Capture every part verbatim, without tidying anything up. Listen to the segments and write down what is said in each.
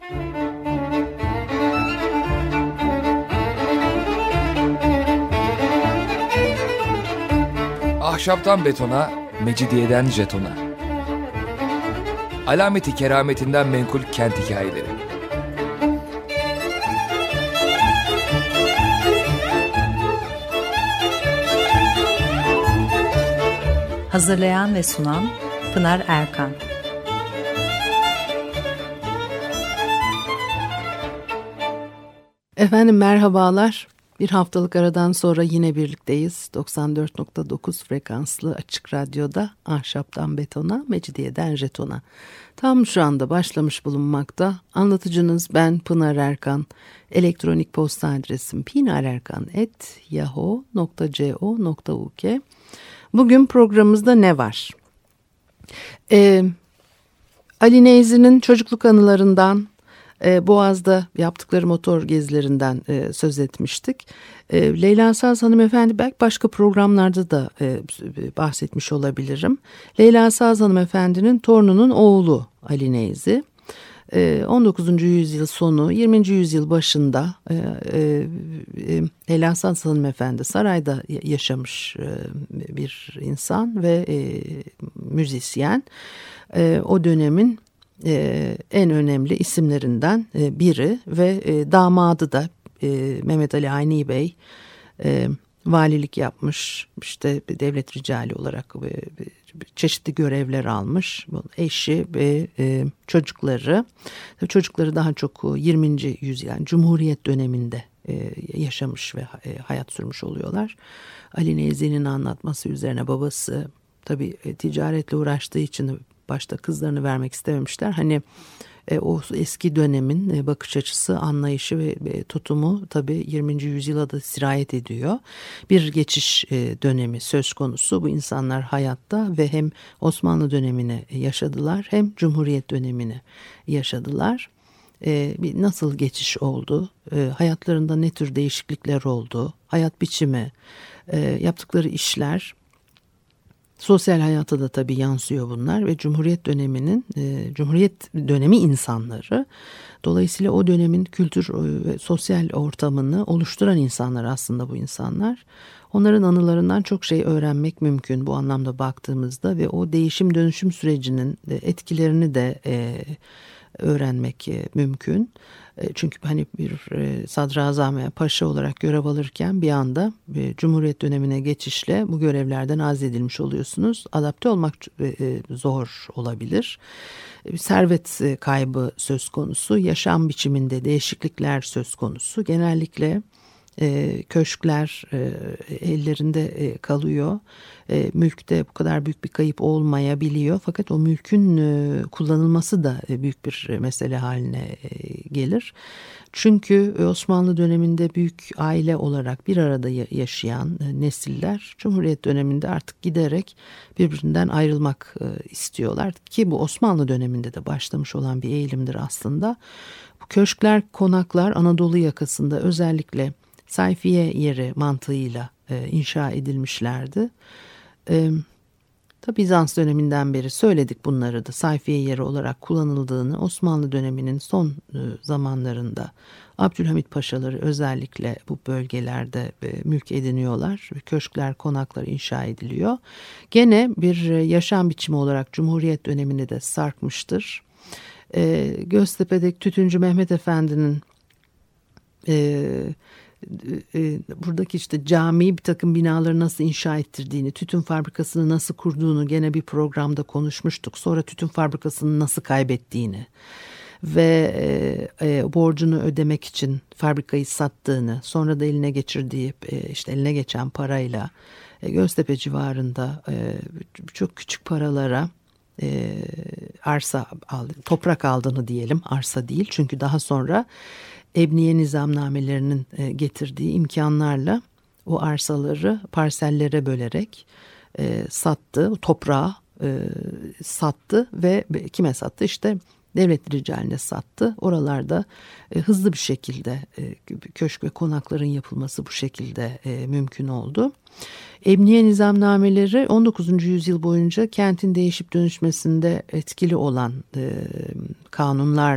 Ahşaptan betona, mecidiyeden jetona. Alameti kerametinden menkul kent hikayeleri. Hazırlayan ve sunan Pınar Erkan. Efendim merhabalar. Bir haftalık aradan sonra yine birlikteyiz. doksan dört nokta dokuz frekanslı Açık Radyo'da Ahşaptan Betona, Mecidiyeden Jeton'a. Tam şu anda başlamış bulunmakta. Anlatıcınız ben Pınar Erkan. Elektronik posta adresim pinarerkan at yahoo nokta co nokta uk. Bugün programımızda ne var? Ee, Ali Neyzi'nin çocukluk anılarından, e, Boğaz'da yaptıkları motor gezilerinden e, söz etmiştik. E, Leyla Saz hanımefendi belki başka programlarda da e, bahsetmiş olabilirim. Leyla Saz hanımefendinin torununun oğlu Ali Neyzi. on dokuzuncu yüzyıl sonu, yirminci yüzyıl başında e, e, Leyla Saz hanımefendi sarayda yaşamış e, bir insan ve e, müzisyen. E, o dönemin e, en önemli isimlerinden e, biri ve e, damadı da e, Mehmet Ali Ayni Bey e, valilik yapmış, işte devlet ricali olarak e, çeşitli görevler almış. Eşi ve e, çocukları, çocukları daha çok yirminci yüzyıl yani Cumhuriyet döneminde e, yaşamış ve e, hayat sürmüş oluyorlar. Ali Neyzi'nin anlatması üzerine babası tabii e, ticaretle uğraştığı için başta kızlarını vermek istememişler. Hani E, o eski dönemin e, bakış açısı, anlayışı ve e, tutumu tabii yirminci yüzyıla da sirayet ediyor. Bir geçiş e, dönemi söz konusu. Bu insanlar hayatta ve hem Osmanlı dönemini yaşadılar hem Cumhuriyet dönemini yaşadılar. E, bir nasıl geçiş oldu? E, hayatlarında ne tür değişiklikler oldu? Hayat biçimi, e, yaptıkları işler. Sosyal hayata da tabii yansıyor bunlar ve Cumhuriyet döneminin, e, Cumhuriyet dönemi insanları, dolayısıyla o dönemin kültür ve sosyal ortamını oluşturan insanlar aslında bu insanlar. Onların anılarından çok şey öğrenmek mümkün bu anlamda baktığımızda ve o değişim dönüşüm sürecinin etkilerini de e, öğrenmek e, mümkün. Çünkü hani bir sadrazam veya paşa olarak görev alırken bir anda Cumhuriyet dönemine geçişle bu görevlerden azledilmiş oluyorsunuz. Adapte olmak zor olabilir. Servet kaybı söz konusu, yaşam biçiminde değişiklikler söz konusu. Genellikle E, köşkler e, ellerinde e, kalıyor. E, mülkte bu kadar büyük bir kayıp olmayabiliyor. Fakat o mülkün e, kullanılması da e, büyük bir mesele haline e, gelir. Çünkü Osmanlı döneminde büyük aile olarak bir arada yaşayan e, nesiller Cumhuriyet döneminde artık giderek birbirinden ayrılmak e, istiyorlar. Ki bu Osmanlı döneminde de başlamış olan bir eğilimdir aslında. Bu köşkler, konaklar Anadolu yakasında özellikle sayfiye yeri mantığıyla e, inşa edilmişlerdi. E, tabi Bizans döneminden beri söyledik bunları da, sayfiye yeri olarak kullanıldığını. Osmanlı döneminin son e, zamanlarında Abdülhamit Paşaları özellikle bu bölgelerde e, mülk ediniyorlar. Köşkler, konaklar inşa ediliyor. Gene bir e, yaşam biçimi olarak Cumhuriyet döneminde de sarkmıştır. E, Göztepe'deki Tütüncü Mehmet Efendi'nin e, buradaki işte camiyi, bir takım binaları nasıl inşa ettirdiğini, tütün fabrikasını nasıl kurduğunu gene bir programda konuşmuştuk. Sonra tütün fabrikasını nasıl kaybettiğini ve e, e, borcunu ödemek için fabrikayı sattığını, sonra da eline geçirdiği e, işte eline geçen parayla e, Göztepe civarında e, çok küçük paralara e, arsa aldı, toprak aldığını diyelim, arsa değil çünkü daha sonra Ebniye nizamnamelerinin getirdiği imkanlarla o arsaları parsellere bölerek e, sattı, toprağı e, sattı ve kime sattı? İşte devlet ricaline sattı. Oralarda e, hızlı bir şekilde e, köşk ve konakların yapılması bu şekilde e, mümkün oldu. Ebniye nizamnameleri on dokuzuncu yüzyıl boyunca kentin değişip dönüşmesinde etkili olan e, kanunlardı.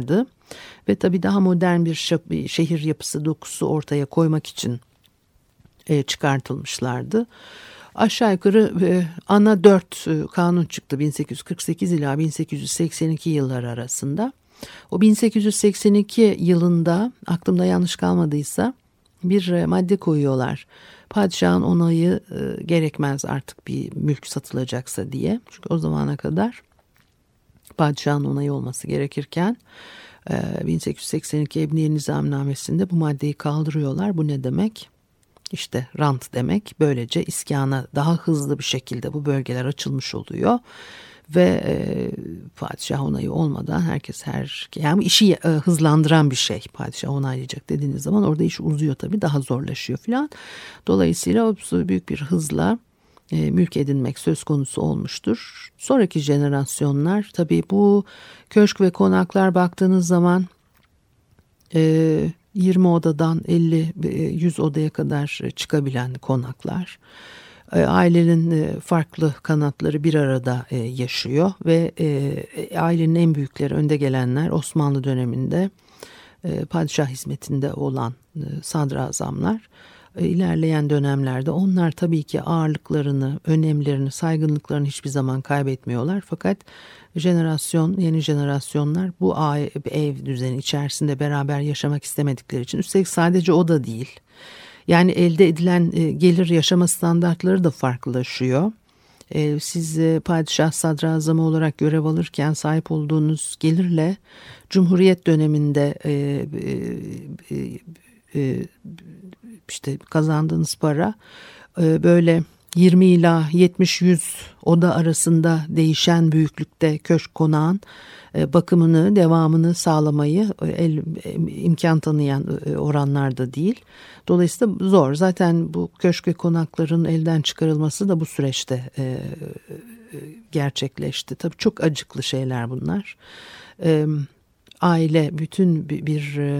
Ve tabii daha modern bir şehir yapısı dokusu ortaya koymak için e, çıkartılmışlardı. Aşağı yukarı e, ana dört e, kanun çıktı bin sekiz yüz kırk sekiz ila bin sekiz yüz seksen iki yılları arasında. O bin sekiz yüz seksen iki yılında aklımda yanlış kalmadıysa bir e, madde koyuyorlar. Padişahın onayı e, gerekmez artık bir mülk satılacaksa diye. Çünkü o zamana kadar padişahın onayı olması gerekirken e, bin sekiz yüz seksen iki Ebniye Nizamnamesi'nde bu maddeyi kaldırıyorlar. Bu ne demek? İşte rant demek. Böylece iskana daha hızlı bir şekilde bu bölgeler açılmış oluyor. Ve e, padişah onayı olmadan herkes her yani işi e, hızlandıran bir şey. Padişah onaylayacak dediğiniz zaman orada iş uzuyor tabii, daha zorlaşıyor filan. Dolayısıyla büyük bir hızla e, mülk edinmek söz konusu olmuştur. Sonraki jenerasyonlar tabii bu köşk ve konaklar baktığınız zaman e, yirmi odadan elli yüz odaya kadar çıkabilen konaklar. Ailenin farklı kanatları bir arada yaşıyor ve ailenin en büyükleri, önde gelenler Osmanlı döneminde padişah hizmetinde olan sadrazamlar. İlerleyen dönemlerde onlar tabii ki ağırlıklarını, önemlerini, saygınlıklarını hiçbir zaman kaybetmiyorlar. Fakat jenerasyon, yeni jenerasyonlar bu ev düzeni içerisinde beraber yaşamak istemedikleri için, üstelik sadece o da değil. Yani elde edilen gelir, yaşama standartları da farklılaşıyor. Siz padişah sadrazamı olarak görev alırken sahip olduğunuz gelirle Cumhuriyet döneminde işte kazandığınız para böyle yirmi ila yetmiş yüz oda arasında değişen büyüklükte köşk konağın bakımını, devamını sağlamayı el, imkan tanıyan oranlarda değil. Dolayısıyla zor. Zaten bu köşk ve konakların elden çıkarılması da bu süreçte e, gerçekleşti. Tabii çok acıklı şeyler bunlar. E, aile, bütün bir, bir e,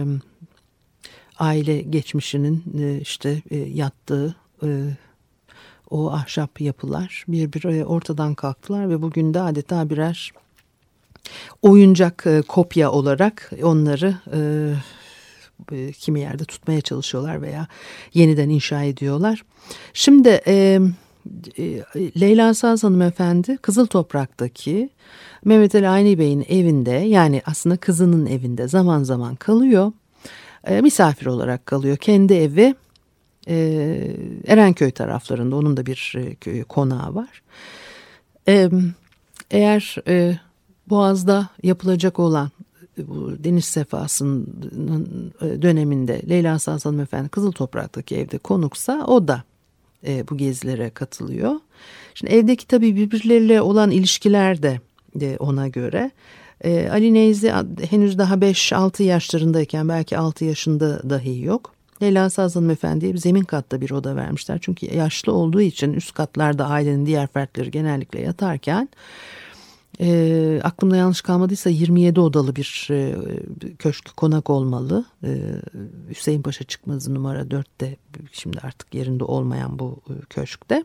aile geçmişinin e, işte e, yattığı e, o ahşap yapılar bir bir ortadan kalktılar ve bugün de adeta birer oyuncak e, kopya olarak onları e, kimi yerde tutmaya çalışıyorlar veya yeniden inşa ediyorlar. Şimdi e, e, Leyla Saz hanımefendi Kızıl Toprak'taki Mehmet Ali Ayni Bey'in evinde, yani aslında kızının evinde zaman zaman kalıyor. E, misafir olarak kalıyor. Kendi evi e, Erenköy taraflarında, onun da bir e, konağı var. E, eğer e, Boğaz'da yapılacak olan bu deniz sefasının döneminde Leyla Saz hanımefendi Kızıl Toprak'taki evde konuksa o da e, bu gezilere katılıyor. Şimdi evdeki tabii birbirleriyle olan ilişkiler de e, ona göre. E, Ali Neyzi henüz daha beş altı yaşlarındayken, belki altı yaşında dahi yok. Leyla Saz hanımefendiye bir zemin katta bir oda vermişler. Çünkü yaşlı olduğu için üst katlarda ailenin diğer fertleri genellikle yatarken, E, aklımda yanlış kalmadıysa yirmi yedi odalı bir e, köşk konak olmalı. E, Hüseyin Paşa Çıkmazı numara dörtte, şimdi artık yerinde olmayan bu e, köşkte.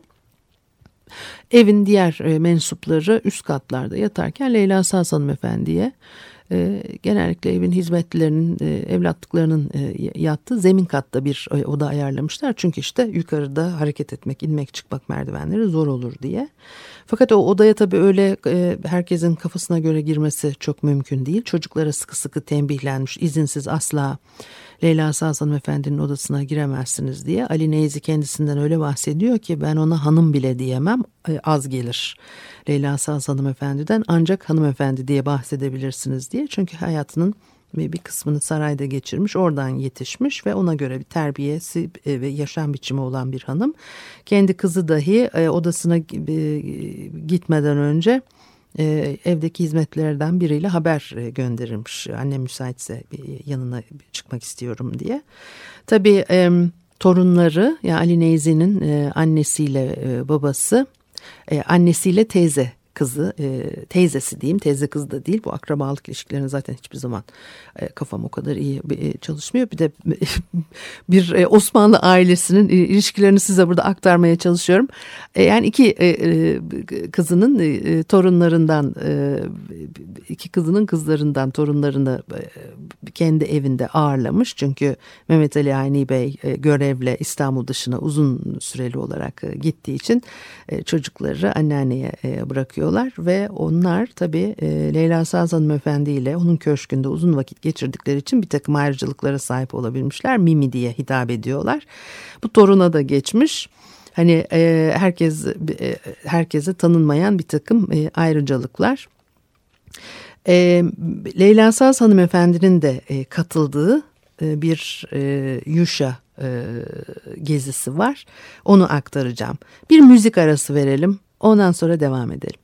Evin diğer e, mensupları üst katlarda yatarken Leyla Saz hanımefendiye e, genellikle evin hizmetlilerinin, e, evlatlıklarının e, yattığı zemin katta bir e, oda ayarlamışlar. Çünkü işte yukarıda hareket etmek, inmek, çıkmak merdivenleri zor olur diye. Fakat o odaya tabii öyle e, herkesin kafasına göre girmesi çok mümkün değil. Çocuklara sıkı sıkı tembihlenmiş, izinsiz asla Leyla Saz hanımefendinin odasına giremezsiniz diye. Ali Neyzi kendisinden öyle bahsediyor ki ben ona hanım bile diyemem, e, az gelir Leyla Saz hanımefendiden, ancak hanımefendi diye bahsedebilirsiniz diye. Çünkü hayatının bir kısmını sarayda geçirmiş, oradan yetişmiş ve ona göre bir terbiyesi ve yaşam biçimi olan bir hanım. Kendi kızı dahi odasına gitmeden önce evdeki hizmetlerden biriyle haber gönderilmiş. Annem müsaitse yanına çıkmak istiyorum diye. Tabii torunları, yani Ali Neyzi'nin annesiyle babası, annesiyle teyze kızı, e, teyzesi diyeyim, teyze kızı da değil, bu akrabalık ilişkilerine zaten hiçbir zaman e, kafam o kadar iyi e, çalışmıyor. Bir de bir e, Osmanlı ailesinin ilişkilerini size burada aktarmaya çalışıyorum. E, yani iki e, e, kızının e, torunlarından, e, iki kızının kızlarından torunlarını e, kendi evinde ağırlamış. Çünkü Mehmet Ali Ayni Bey e, görevle İstanbul dışına uzun süreli olarak e, gittiği için e, çocukları anneanneye e, bırakıyorlar ve onlar tabii e, Leyla Saz hanımefendi ile onun köşkünde uzun vakit geçirdikleri için bir takım ayrıcalıklara sahip olabilmişler. Mimi diye hitap ediyorlar. Bu toruna da geçmiş. Hani e, herkes e, herkese tanınmayan bir takım e, ayrıcalıklar. E, Leyla Saz hanımefendinin de e, katıldığı e, bir e, Yuşa e, gezisi var. Onu aktaracağım. Bir müzik arası verelim. Ondan sonra devam edelim.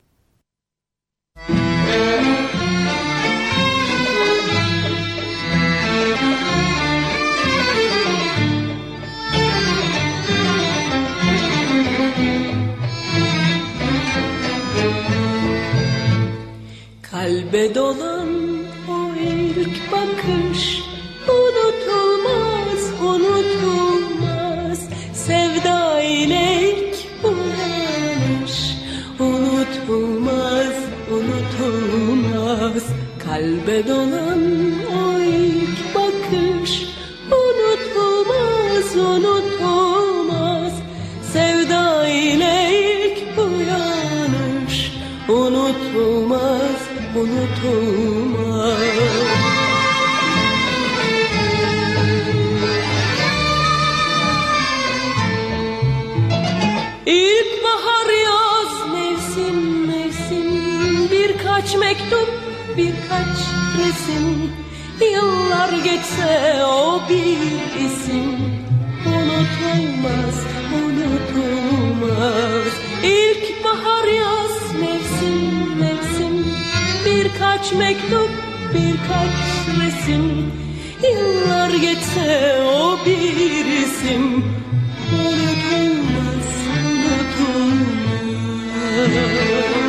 Kalbe dolan o ilk bakış unutulmaz, unutulmaz. Sevda ile ilk uyanış unutulmaz, unutulmaz. Kalbe dolan o ilk bakış unutulmaz, unutulmaz. Sevda ile ilk uyanış unutulmaz, unutulmaz. İlkbahar yaz mevsim mevsim, birkaç mektup birkaç resim. Yıllar geçse o bir isim unutulmaz, unutulmaz. İlkbahar yaz mevsim mevsim, birkaç mektup birkaç resim. Yıllar geçse o bir isim unutulmaz, unutulmaz.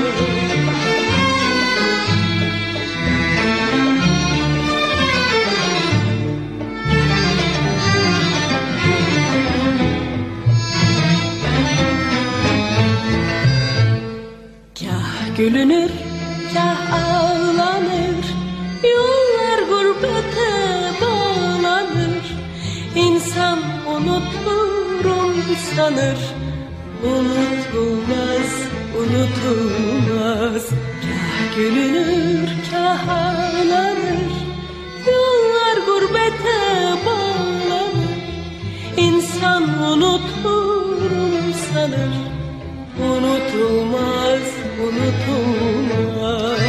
Kah gülünür, kah ağlanır, yollar gurbete bağlanır. İnsan unuturum sanır, unutulmaz, unutulmaz. Kah gülünür, kah ağlanır, yollar gurbete bağlanır. İnsan unuturum sanır, unutulmaz, unutulmaz.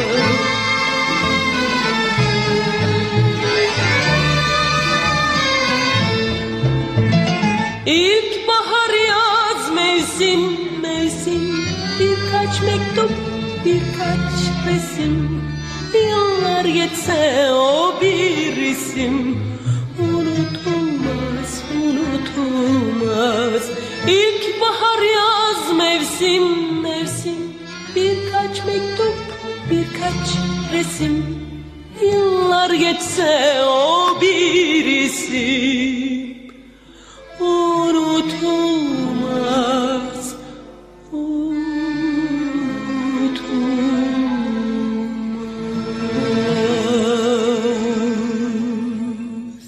İlkbahar yaz mevsim mevsim, birkaç mektup birkaç resim. Yıllar geçse o bir isim unutulmaz, unutulmaz. İlkbahar yaz mevsim mevsim, birkaç mektup birkaç resim. Yıllar geçse o bir isim unutulmaz, unutulmaz.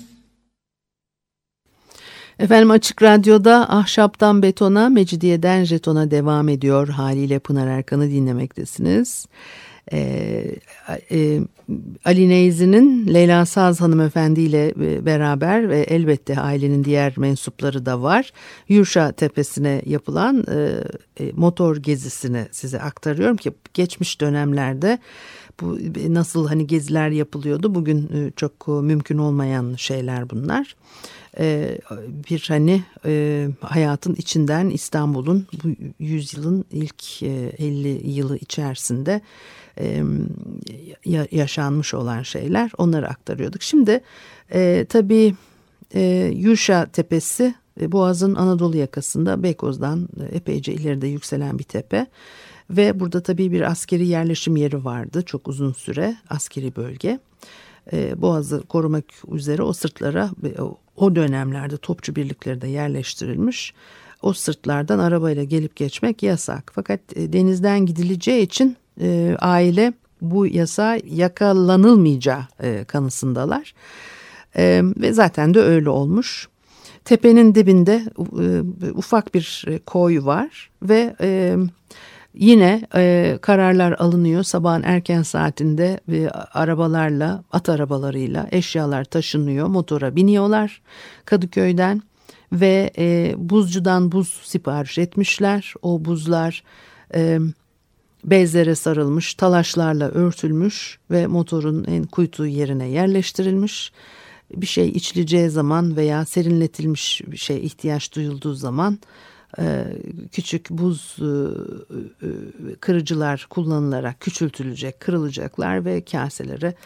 Efendim, Açık Radyo'da Ahşaptan Betona, Mecidiyeden Jeton'a devam ediyor. Haliyle Pınar Erkan'ı dinlemektesiniz. Ee, e, Ali Neyzi'nin Leyla Saz hanımefendi ile beraber ve elbette ailenin diğer mensupları da var, Yuşa Tepesi'ne yapılan e, e, motor gezisini size aktarıyorum ki geçmiş dönemlerde bu nasıl hani geziler yapılıyordu, bugün çok mümkün olmayan şeyler bunlar. Ee, bir hani e, hayatın içinden İstanbul'un bu yüzyılın ilk e, elli yılı içerisinde e, yaşanmış olan şeyler, onları aktarıyorduk. Şimdi e, tabii e, Yuşa Tepesi E, Boğaz'ın Anadolu yakasında Beykoz'dan e, epeyce ileride yükselen bir tepe. Ve burada tabii bir askeri yerleşim yeri vardı çok uzun süre, askeri bölge. E, Boğaz'ı korumak üzere o sırtlara o dönemlerde topçu birlikleri de yerleştirilmiş. O sırtlardan arabayla gelip geçmek yasak. Fakat e, denizden gidileceği için e, aile bu yasa yakalanılmayacağı e, kanısındalar. E, ve zaten de öyle olmuş. Tepenin dibinde e, ufak bir e, koy var ve e, yine e, kararlar alınıyor. Sabahın erken saatinde e, arabalarla, at arabalarıyla eşyalar taşınıyor. Motora biniyorlar Kadıköy'den ve e, buzcudan buz sipariş etmişler. O buzlar e, bezlere sarılmış, talaşlarla örtülmüş ve motorun en kuytu yerine yerleştirilmiş. Bir şey içileceği zaman veya serinletilmiş bir şey ihtiyaç duyulduğu zaman küçük buz kırıcılar kullanılarak küçültülecek, kırılacaklar ve kaselere,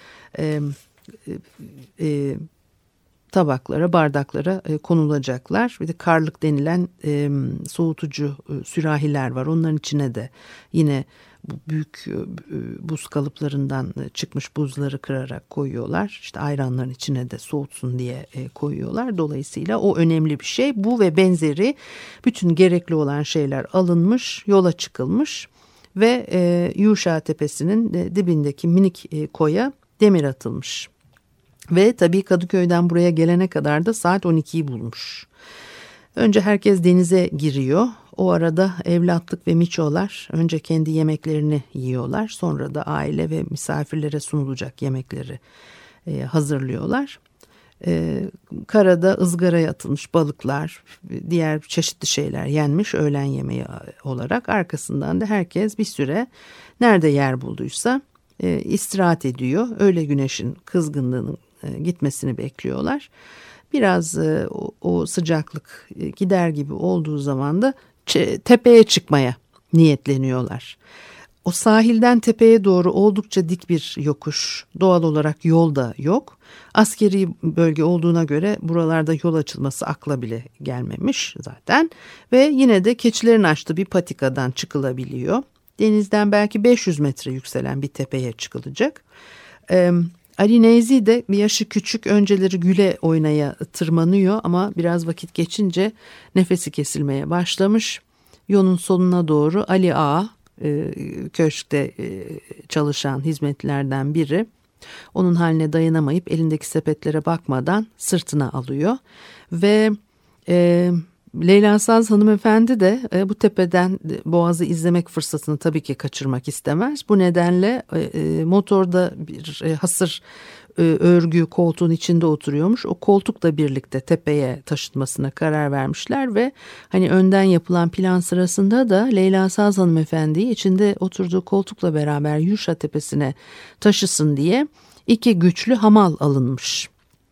tabaklara, bardaklara konulacaklar. Bir de karlık denilen soğutucu sürahiler var. Onların içine de yine bu büyük buz kalıplarından çıkmış buzları kırarak koyuyorlar. İşte ayranların içine de soğutsun diye koyuyorlar. Dolayısıyla o önemli bir şey. Bu ve benzeri bütün gerekli olan şeyler alınmış, yola çıkılmış ve Yuşa Tepesi'nin dibindeki minik koya demir atılmış. Ve tabii Kadıköy'den buraya gelene kadar da saat on ikiyi bulmuş. Önce herkes denize giriyor. O arada evlatlık ve miçolar önce kendi yemeklerini yiyorlar. Sonra da aile ve misafirlere sunulacak yemekleri e, hazırlıyorlar. E, karada ızgaraya atılmış balıklar, diğer çeşitli şeyler yenmiş öğlen yemeği olarak. Arkasından da herkes bir süre nerede yer bulduysa e, istirahat ediyor. Öğle güneşin kızgınlığının e, gitmesini bekliyorlar. Biraz e, o, o sıcaklık e, gider gibi olduğu zaman da tepeye çıkmaya niyetleniyorlar. O sahilden tepeye doğru oldukça dik bir yokuş. Doğal olarak yol da yok. Askeri bölge olduğuna göre buralarda yol açılması akla bile gelmemiş zaten. Ve yine de keçilerin açtığı bir patikadan çıkılabiliyor. Denizden belki beş yüz metre yükselen bir tepeye çıkılacak. Ee, Ali Neyzi de bir yaşı küçük, önceleri güle oynaya tırmanıyor ama biraz vakit geçince nefesi kesilmeye başlamış. Yolun sonuna doğru Ali Ağa, e, köşkte e, çalışan hizmetlilerden biri, onun haline dayanamayıp elindeki sepetlere bakmadan sırtına alıyor ve e, Leyla Saz hanımefendi de e, bu tepeden Boğaz'ı izlemek fırsatını tabii ki kaçırmak istemez. Bu nedenle e, e, motorda bir e, hasır e, örgü koltuğun içinde oturuyormuş. O koltukla birlikte tepeye taşınmasına karar vermişler ve hani önden yapılan plan sırasında da Leyla Saz hanımefendiyi içinde oturduğu koltukla beraber Yuşa Tepesi'ne taşısın diye iki güçlü hamal alınmış.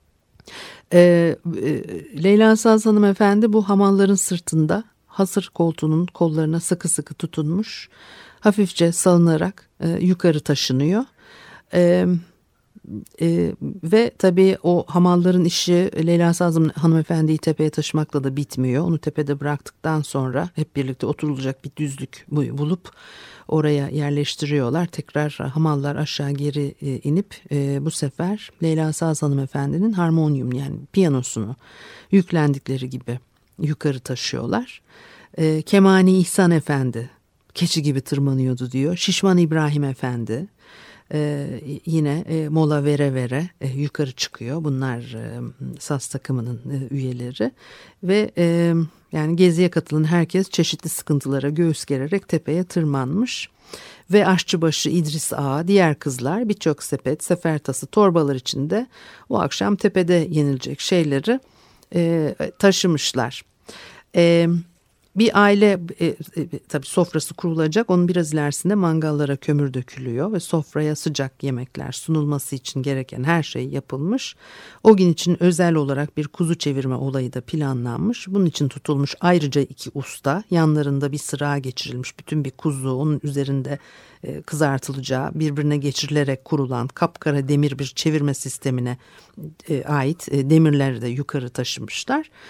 Ee, e, Leyla Saz hanımefendi bu hamalların sırtında hasır koltuğunun kollarına sıkı sıkı tutunmuş, hafifçe salınarak e, yukarı taşınıyor. E, e, ve tabii o hamalların işi Leyla Saz hanımefendiyi tepeye taşımakla da bitmiyor. Onu tepede bıraktıktan sonra hep birlikte oturulacak bir düzlük bulup oraya yerleştiriyorlar. Tekrar hamallar aşağı geri e, inip e, bu sefer Leyla Saz hanımefendinin harmonyum yani piyanosunu yüklendikleri gibi yukarı taşıyorlar. E, Kemani İhsan Efendi keçi gibi tırmanıyordu diyor. Şişman İbrahim Efendi e, yine e, mola vere vere e, yukarı çıkıyor. Bunlar e, saz takımının e, üyeleri ve e, yani geziye katılan herkes çeşitli sıkıntılara göğüs gererek tepeye tırmanmış. Ve aşçıbaşı İdris Ağa, diğer kızlar birçok sepet, sefertası, torbalar içinde o akşam tepede yenilecek şeyleri e, taşımışlar. E, bir aile e, e, tabii sofrası kurulacak. Onun biraz ilerisinde mangallara kömür dökülüyor ve sofraya sıcak yemekler sunulması için gereken her şey yapılmış. O gün için özel olarak bir kuzu çevirme olayı da planlanmış. Bunun için tutulmuş ayrıca iki usta, yanlarında bir sıra geçirilmiş bütün bir kuzu, onun üzerinde e, kızartılacağı, birbirine geçirilerek kurulan kapkara demir bir çevirme sistemine e, ait e, demirleri de yukarı taşımışlar.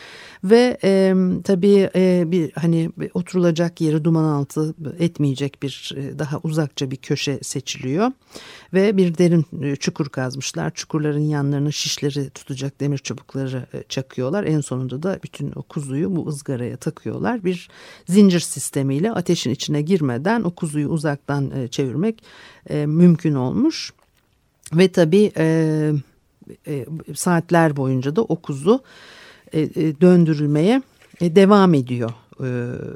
Ve e, tabii e, bir hani oturulacak yeri duman altı etmeyecek bir e, daha uzakça bir köşe seçiliyor. Ve bir derin e, çukur kazmışlar. Çukurların yanlarına şişleri tutacak demir çubukları e, çakıyorlar. En sonunda da bütün o kuzuyu bu ızgaraya takıyorlar. Bir zincir sistemiyle ateşin içine girmeden o kuzuyu uzaktan e, çevirmek e, mümkün olmuş. Ve tabii e, e, saatler boyunca da o kuzu e, e, döndürülmeye e, devam ediyor e,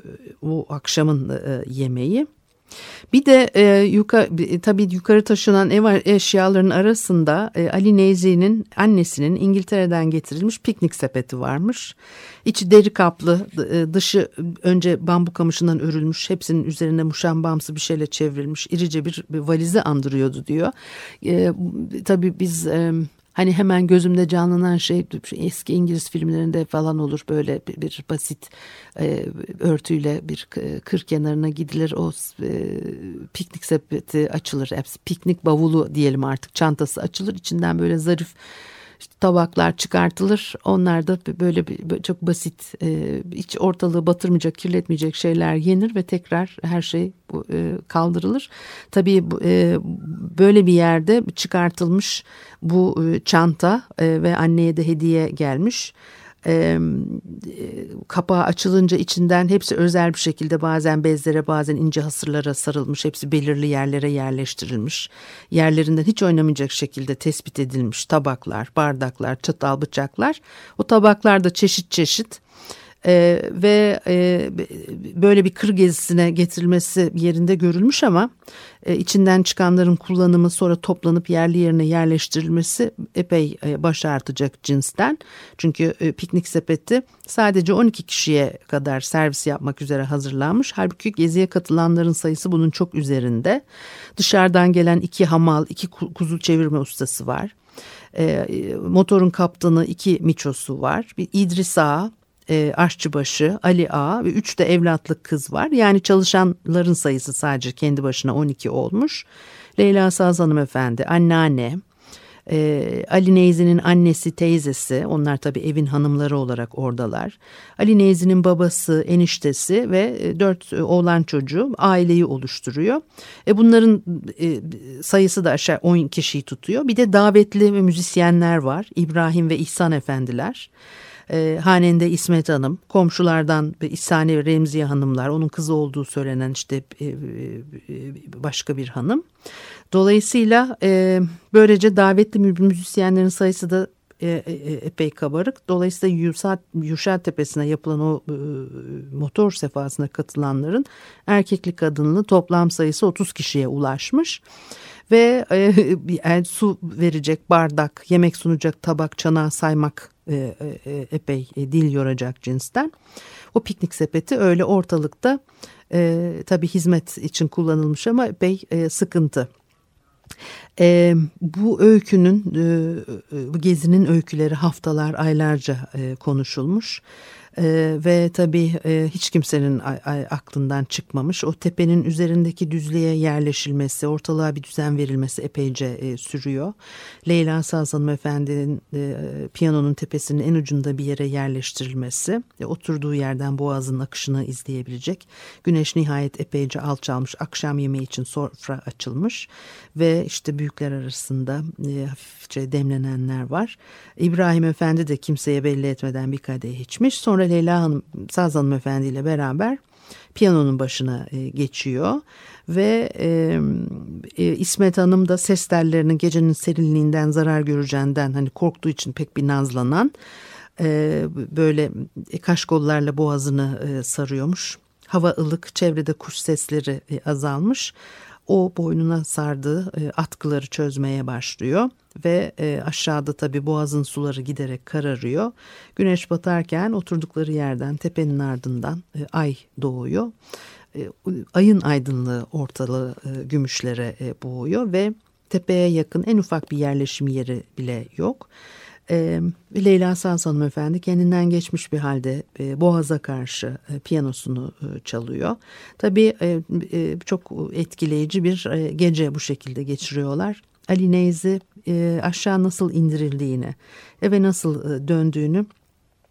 o akşamın e, yemeği. Bir de e, yukarı, tabii yukarı taşınan ev eşyalarının arasında e, Ali Neyzi'nin annesinin İngiltere'den getirilmiş piknik sepeti varmış. İçi deri kaplı, e, dışı önce bambu kamışından örülmüş, hepsinin üzerine muşambamsı bir şeyle çevrilmiş, irice bir, bir valizi andırıyordu diyor. E, tabii biz... E, Hani hemen gözümde canlanan şey eski İngiliz filmlerinde falan olur, böyle bir, bir basit e, örtüyle bir kır kenarına gidilir, o e, piknik sepeti açılır, piknik bavulu diyelim artık, çantası açılır, içinden böyle zarif İşte tabaklar çıkartılır. Onlar da böyle, böyle çok basit, e, hiç ortalığı batırmayacak, kirletmeyecek şeyler yenir ve tekrar her şey e, kaldırılır. Tabii e, böyle bir yerde çıkartılmış bu e, çanta e, ve anneye de hediye gelmiş. E, kapağı açılınca içinden hepsi özel bir şekilde bazen bezlere bazen ince hasırlara sarılmış, hepsi belirli yerlere yerleştirilmiş, yerlerinden hiç oynamayacak şekilde tespit edilmiş tabaklar, bardaklar, çatal, bıçaklar. O tabaklar da çeşit çeşit. Ee, ve e, böyle bir kır gezisine getirilmesi yerinde görülmüş ama e, içinden çıkanların kullanımı, sonra toplanıp yerli yerine yerleştirilmesi epey e, baş artacak cinsten. Çünkü e, piknik sepeti sadece on iki kişiye kadar servis yapmak üzere hazırlanmış. Halbuki geziye katılanların sayısı bunun çok üzerinde. Dışarıdan gelen iki hamal, iki kuzu çevirme ustası var. E, motorun kaptanı, iki miçosu var. Bir İdris Ağa, E, aşçıbaşı, Ali Ağa ve üç de evlatlık kız var. Yani çalışanların sayısı sadece kendi başına on iki olmuş. Leyla Saz hanımefendi, anneanne, e, Ali Neyzi'nin annesi, teyzesi, onlar tabii evin hanımları olarak oradalar. Ali Neyzi'nin babası, eniştesi ve e, dört e, oğlan çocuğu aileyi oluşturuyor. E, bunların e, sayısı da aşağı on kişiyi tutuyor. Bir de davetli ve müzisyenler var. İbrahim ve İhsan efendiler. E, hanende İsmet Hanım, komşulardan İhsane ve Remziye Hanımlar, onun kızı olduğu söylenen işte e, e, başka bir hanım. Dolayısıyla e, böylece davetli müzisyenlerin sayısı da e, e, epey kabarık. Dolayısıyla Yuşat, Yuşat Tepesi'ne yapılan o e, motor sefasına katılanların erkekli kadınlı toplam sayısı otuz kişiye ulaşmış. Ve e, yani su verecek bardak, yemek sunacak tabak, çanağı saymak e, e, epey e, dil yoracak cinsten. O piknik sepeti öyle ortalıkta, e, tabii hizmet için kullanılmış ama epey e, sıkıntı. E, bu öykünün, e, bu gezinin öyküleri haftalar, aylarca e, konuşulmuş. Ee, ve tabii e, hiç kimsenin a, a, aklından çıkmamış. O tepenin üzerindeki düzlüğe yerleşilmesi, ortalığa bir düzen verilmesi epeyce e, sürüyor. Leyla Saz hanımefendinin e, piyanonun tepesinin en ucunda bir yere yerleştirilmesi, e, oturduğu yerden boğazın akışını izleyebilecek. Güneş nihayet epeyce alçalmış, akşam yemeği için sofra açılmış ve işte büyükler arasında e, hafifçe demlenenler var. İbrahim Efendi de kimseye belli etmeden bir kadeh içmiş. Sonra Leyla Hanım, Saz hanımefendi ile beraber piyanonun başına e, geçiyor ve e, e, İsmet Hanım da ses tellerinin gecenin serinliğinden zarar göreceğinden hani korktuğu için pek bir nazlanan, e, böyle e, kaşkollarla boğazını e, sarıyormuş. Hava ılık, çevrede kuş sesleri e, azalmış. O boynuna sardığı e, atkıları çözmeye başlıyor ve e, aşağıda tabii boğazın suları giderek kararıyor. Güneş batarken oturdukları yerden tepenin ardından e, ay doğuyor. E, ayın aydınlığı ortalığı e, gümüşlere e, boğuyor ve tepeye yakın en ufak bir yerleşim yeri bile yok. E, Leyla Saz hanımefendi kendinden geçmiş bir halde e, boğaza karşı e, piyanosunu e, çalıyor. Tabii e, e, çok etkileyici bir e, gece bu şekilde geçiriyorlar. Ali Neyzi e, aşağı nasıl indirildiğini, eve nasıl e, döndüğünü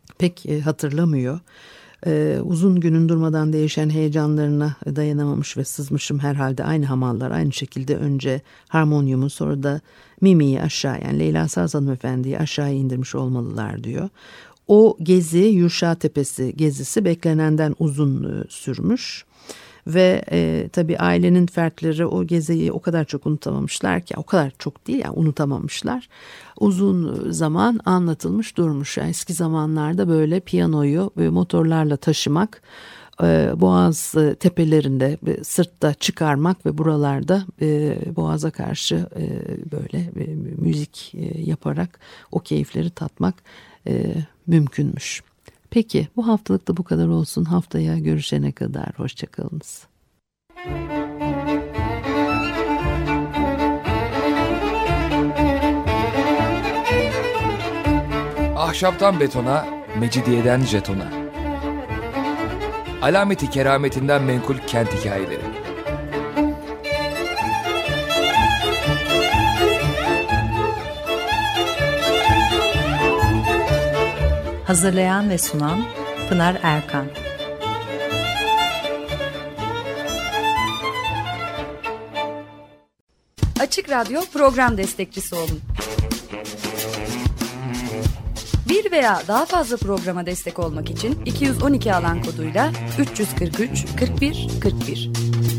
pek e, hatırlamıyor. Ee, uzun günün durmadan değişen heyecanlarına dayanamamış ve sızmışım herhalde aynı hamallar aynı şekilde önce harmonyumu sonra da Mimi'yi aşağı yani Leyla Saz hanımefendiyi aşağıya indirmiş olmalılar diyor. O gezi Yurşa Tepesi gezisi beklenenden uzun e, sürmüş. Ve e, tabii ailenin fertleri o geziyi o kadar çok unutamamışlar ki o kadar çok değil yani unutamamışlar. Uzun zaman anlatılmış durmuş. Yani eski zamanlarda böyle piyanoyu böyle motorlarla taşımak, e, Boğaz tepelerinde e, sırtta çıkarmak ve buralarda e, Boğaz'a karşı e, böyle e, müzik e, yaparak o keyifleri tatmak e, mümkünmüş. Peki bu haftalık da bu kadar olsun. Haftaya görüşene kadar hoşçakalınız. Ahşaptan betona, mecidiyeden jetona. Alameti kerametinden menkul kent hikayeleri. Hazırlayan ve sunan Pınar Erkan. Açık Radyo program destekçisi olun. Bir veya daha fazla programa destek olmak için iki yüz on iki alan koduyla üç yüz kırk üç kırk bir kırk bir.